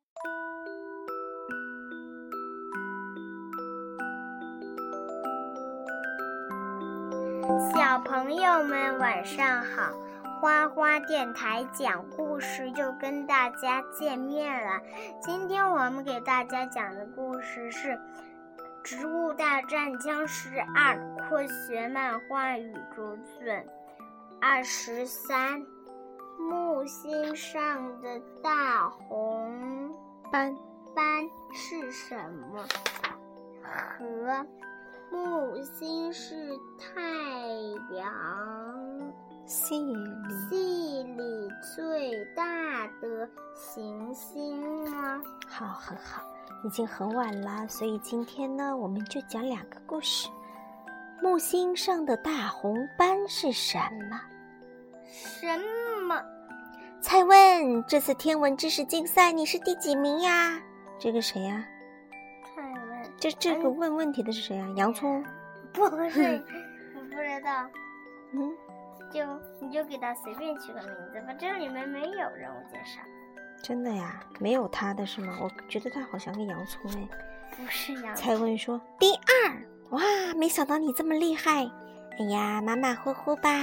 小朋友们晚上好，花花电台讲故事又跟大家见面了。今天我们给大家讲的故事是《植物大战僵尸2》科学漫画宇宙卷23。木星上的大红斑是什么？和木星是太阳系里最大的行星吗？ 好，很好，已经很晚了，所以今天呢，我们就讲2个故事。木星上的大红斑是什么？蔡问，这次天文知识竞赛你是第几名呀？这个谁呀？ 蔡问， 这个问问题的是谁呀？洋葱？ 不是，我不知道。你就给他随便取个名字吧，这里面没有人物介绍。 真的呀？没有他的是吗？我觉得他好像个洋葱哎。 不是洋葱。 蔡问说第2，哇，没想到你这么厉害。哎呀，马马虎虎吧。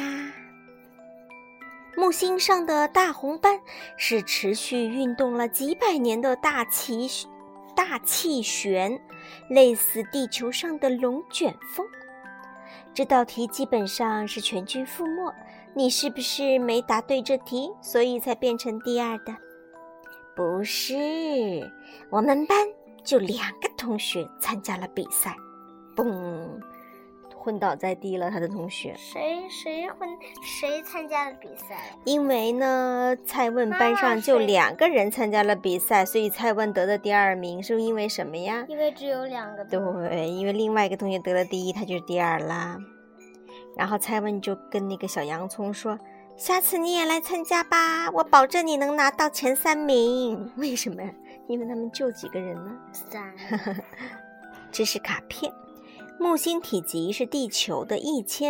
木星上的大红斑是持续运动了几百年的大气旋，类似地球上的龙卷风。这道题基本上是全军覆没，你是不是没答对这题，所以才变成第2的？不是，我们班就2个同学参加了比赛，嘣，昏倒在地了，他的同学。 谁参加了比赛？ 因为呢，蔡问班上就2个人参加了比赛，所以蔡问得的第2名，是因为什么呀？ 因为只有2个。 对，因为另外一个同学得了第1，他就是第2啦。然后蔡问就跟那个小洋葱说，下次你也来参加吧，我保证你能拿到前3名。为什么呀？因为他们就几个人呢？3。知识卡片，木星体积是地球的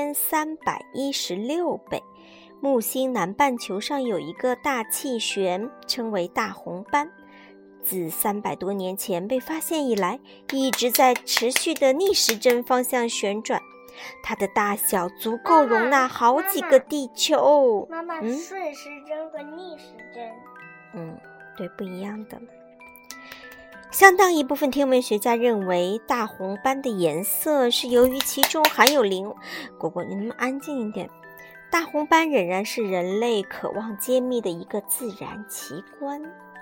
1316倍。木星南半球上有一个大气旋，称为大红斑。自300多年前被发现以来，一直在持续的逆时针方向旋转。它的大小足够容纳好几个地球。 妈妈，顺时针和逆时针。 对，不一样的。相当一部分天文学家认为，大红斑的颜色是由于其中含有果果，你能不能安静一点？大红斑仍然是人类渴望揭秘的一个自然奇观。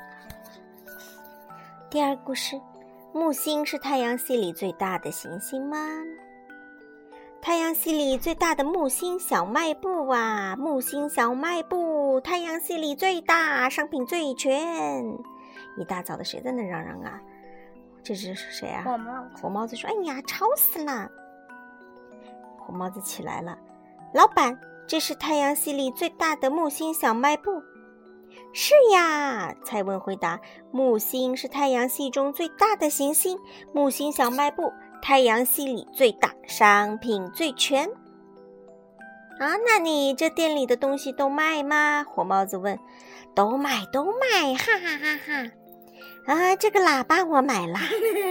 第2故事，木星是太阳系里最大的行星吗？太阳系里最大的木星小卖部啊，木星小卖部，太阳系里最大，商品最全。一大早的谁在那嚷嚷啊？这是谁啊？火帽子说，哎呀，吵死了。火帽子起来了，老板，这是太阳系里最大的木星小卖部。是呀，蔡问回答，木星是太阳系中最大的行星，木星小卖部，太阳系里最大，商品最全。那你这店里的东西都卖吗？火帽子问。都卖，哈哈哈哈。这个喇叭我买了。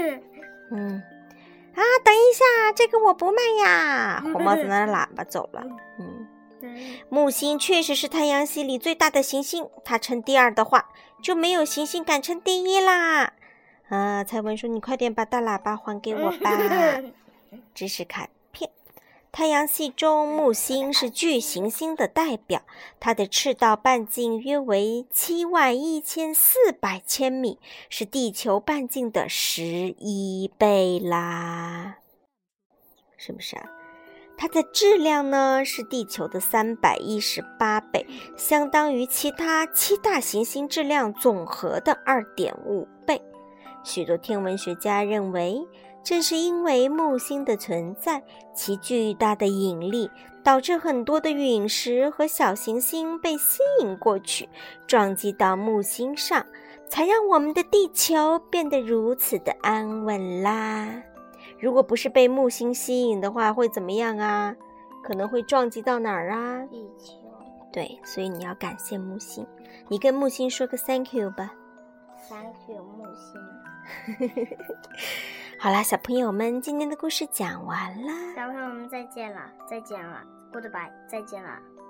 等一下，这个我不卖呀。火帽子拿着喇叭走了。木星确实是太阳系里最大的行星，它称第2的话，就没有行星敢称第1啦。蔡文说，你快点把大喇叭还给我吧。知识卡片，太阳系中木星是巨行星的代表，它的赤道半径约为71400千米，是地球半径的11倍啦。是不是啊？它的质量呢是地球的318倍，相当于其他7大行星质量总和的 2.5 倍。许多天文学家认为，正是因为木星的存在，其巨大的引力导致很多的陨石和小行星被吸引过去，撞击到木星上，才让我们的地球变得如此的安稳啦。如果不是被木星吸引的话，会怎么样啊？可能会撞击到哪儿啊？ 地球。 对，所以你要感谢木星。你跟木星说个 thank you 吧。 Thank you，木星。 好啦，小朋友们，今天的故事讲完了。 小朋友们再见了，再见了 ，Goodbye，再见了。